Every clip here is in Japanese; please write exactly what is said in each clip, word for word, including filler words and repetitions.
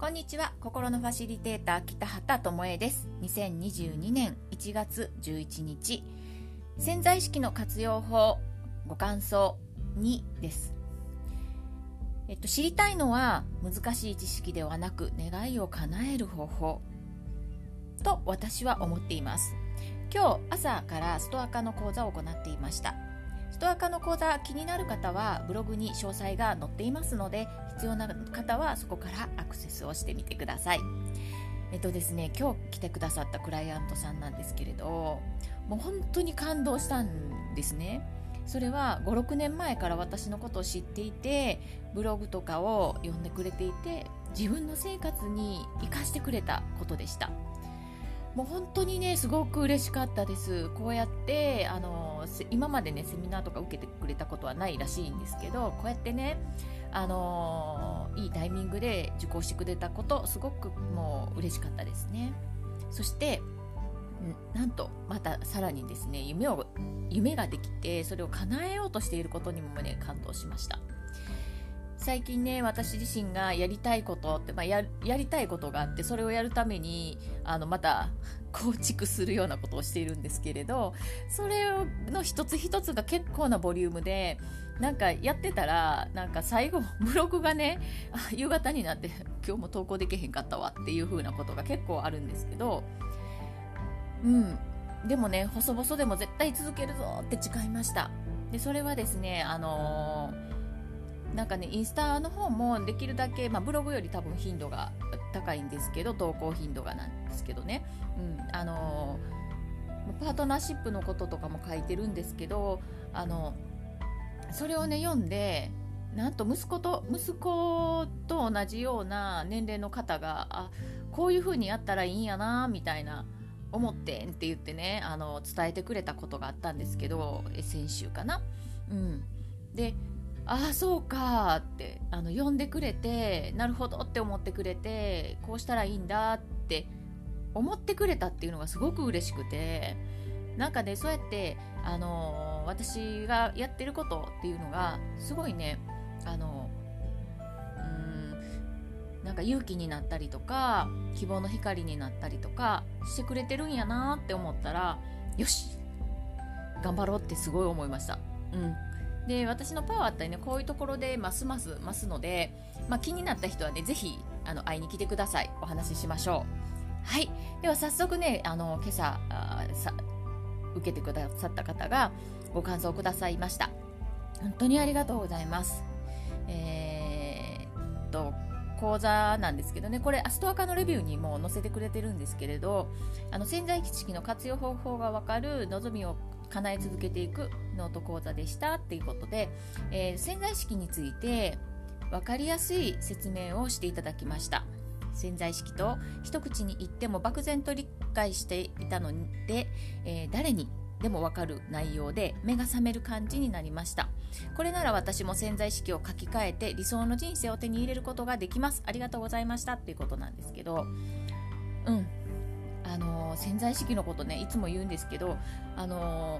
こんにちは。心のファシリテーター北畑智恵です。にせんにじゅうにねんいちがつじゅういちにち、潜在意識の活用法ご感想にです。えっと、知りたいのは難しい知識ではなく願いを叶える方法と私は思っています。今日朝からストア化の講座を行っていました。ストア化の講座気になる方はブログに詳細が載っていますので、必要な方はそこからアクセスをしてみてください。えっとですね、今日来てくださったクライアントさんなんですけれど、もう本当に感動したんですね。それはご、ろくねんまえから私のことを知っていて、ブログとかを読んでくれていて、自分の生活に生かしてくれたことでした。もう本当にね、すごく嬉しかったです。こうやってあの今までねセミナーとか受けてくれたことはないらしいんですけど、こうやってねあのいいタイミングで受講してくれたこと、すごくもう嬉しかったですね。そしてなんとまたさらにですね、夢を夢ができて、それを叶えようとしていることにもね感動しました。最近ね、私自身がやりたいことって、まあ、や, やりたいことがあって、それをやるためにあのまた構築するようなことをしているんですけれど、それの一つ一つが結構なボリュームで、なんかやってたらなんか最後ブログがね、あ夕方になって今日も投稿できへんかったわっていう風なことが結構あるんですけど、うんでもね、細々でも絶対続けるぞって誓いました。でそれはですね、あのーなんかね、インスタの方もできるだけ、まあ、ブログより多分頻度が高いんですけど、投稿頻度がなんですけどね、うんあのー、パートナーシップのこととかも書いてるんですけど、あのそれをね読んで、なんと息子と息子と同じような年齢の方が、あこういう風にやったらいいんやなみたいな思ってんって言ってね、あの伝えてくれたことがあったんですけど、先週かな、うん、でああそうかってあの呼んでくれて、なるほどって思ってくれて、こうしたらいいんだって思ってくれたっていうのがすごく嬉しくて、なんかねそうやってあの私がやってることっていうのがすごいね、あのうーんなんか勇気になったりとか、希望の光になったりとかしてくれてるんやなって思ったら、よし頑張ろうってすごい思いました。うんで私のパワーってね、こういうところでますます増すので、まあ、気になった人はねぜひあの会いに来てください。お話ししましょう。はい、では早速ね、あの今朝あさ受けてくださった方がご感想くださいました。本当にありがとうございます。えー、っと講座なんですけどね、これストア化のレビューにも載せてくれてるんですけれど、あの潜在意識の活用方法がわかる望みを叶え続けていくノート講座でしたっていうことで、えー、潜在意識について分かりやすい説明をしていただきました。潜在意識と一口に言っても漠然と理解していたので、えー、誰にでも分かる内容で目が覚める感じになりました。これなら私も潜在意識を書き換えて理想の人生を手に入れることができます。ありがとうございましたっていうことなんですけど、うんあのー、潜在意識のことねいつも言うんですけど、あのー、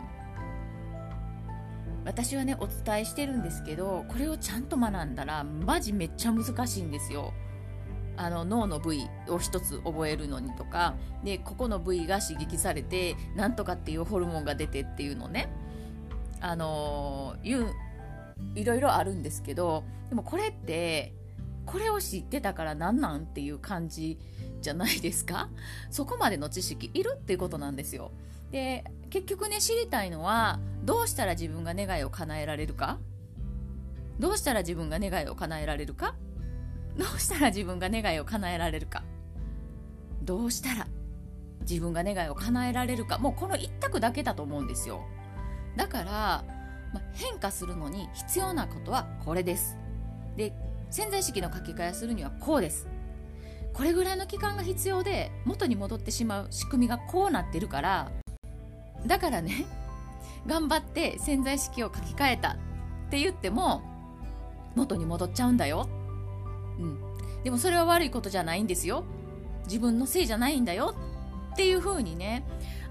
私はねお伝えしてるんですけど、これをちゃんと学んだらマジめっちゃ難しいんですよ。あの脳の部位を一つ覚えるのにとかで、ここの部位が刺激されてなんとかっていうホルモンが出てっていうのね、あのー、いういろいろあるんですけど、でもこれってこれを知ってたからなんなんっていう感じじゃないですか。そこまでの知識いるっていうことなんですよ。で結局ね、知りたいのはどうしたら自分が願いを叶えられるか、どうしたら自分が願いを叶えられるかどうしたら自分が願いを叶えられるかどうしたら自分が願いを叶えられるか、もうこの一択だけだと思うんですよ。だから、まあ、変化するのに必要なことはこれです。で潜在意識の書き換えするにはこうです。これぐらいの期間が必要で元に戻ってしまう仕組みがこうなってるから、だからね頑張って潜在意識を書き換えたって言っても元に戻っちゃうんだよ、うん、でもそれは悪いことじゃないんですよ、自分のせいじゃないんだよっていう風にね、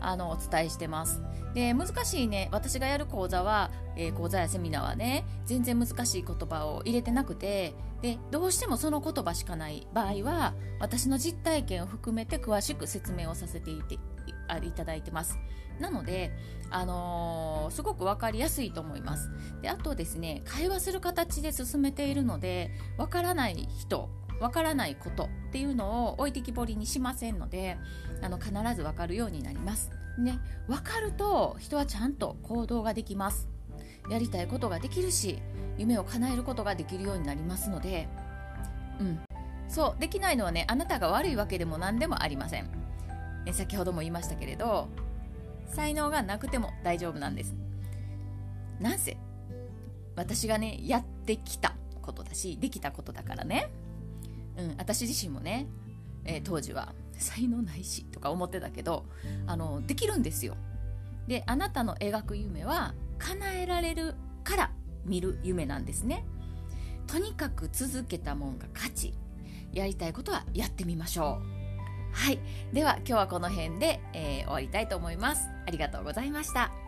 あのお伝えしてます。で、難しいね、私がやる講座は、えー、講座やセミナーはね、全然難しい言葉を入れてなくて、でどうしてもその言葉しかない場合は、私の実体験を含めて詳しく説明をさせていていただいてます。なので、あのー、すごく分かりやすいと思います。で、あとですね、会話する形で進めているので、分からない人、分からないことっていうのを置いてきぼりにしませんので、あの必ず分かるようになります。ね、分かると人はちゃんと行動ができます。やりたいことができるし、夢を叶えることができるようになりますので、うん、そう、できないのはね、あなたが悪いわけでも何でもありません。え先ほども言いましたけれど、才能がなくても大丈夫なんです。なんせ私がねやってきたことだし、できたことだからね、うん、私自身もね、えー、当時は才能ないしとか思ってたけど、あのできるんですよ。で、あなたの描く夢は叶えられるから見る夢なんですね。とにかく続けたもんが勝ち。やりたいことはやってみましょう。はい、では今日はこの辺で、えー、終わりたいと思います。ありがとうございました。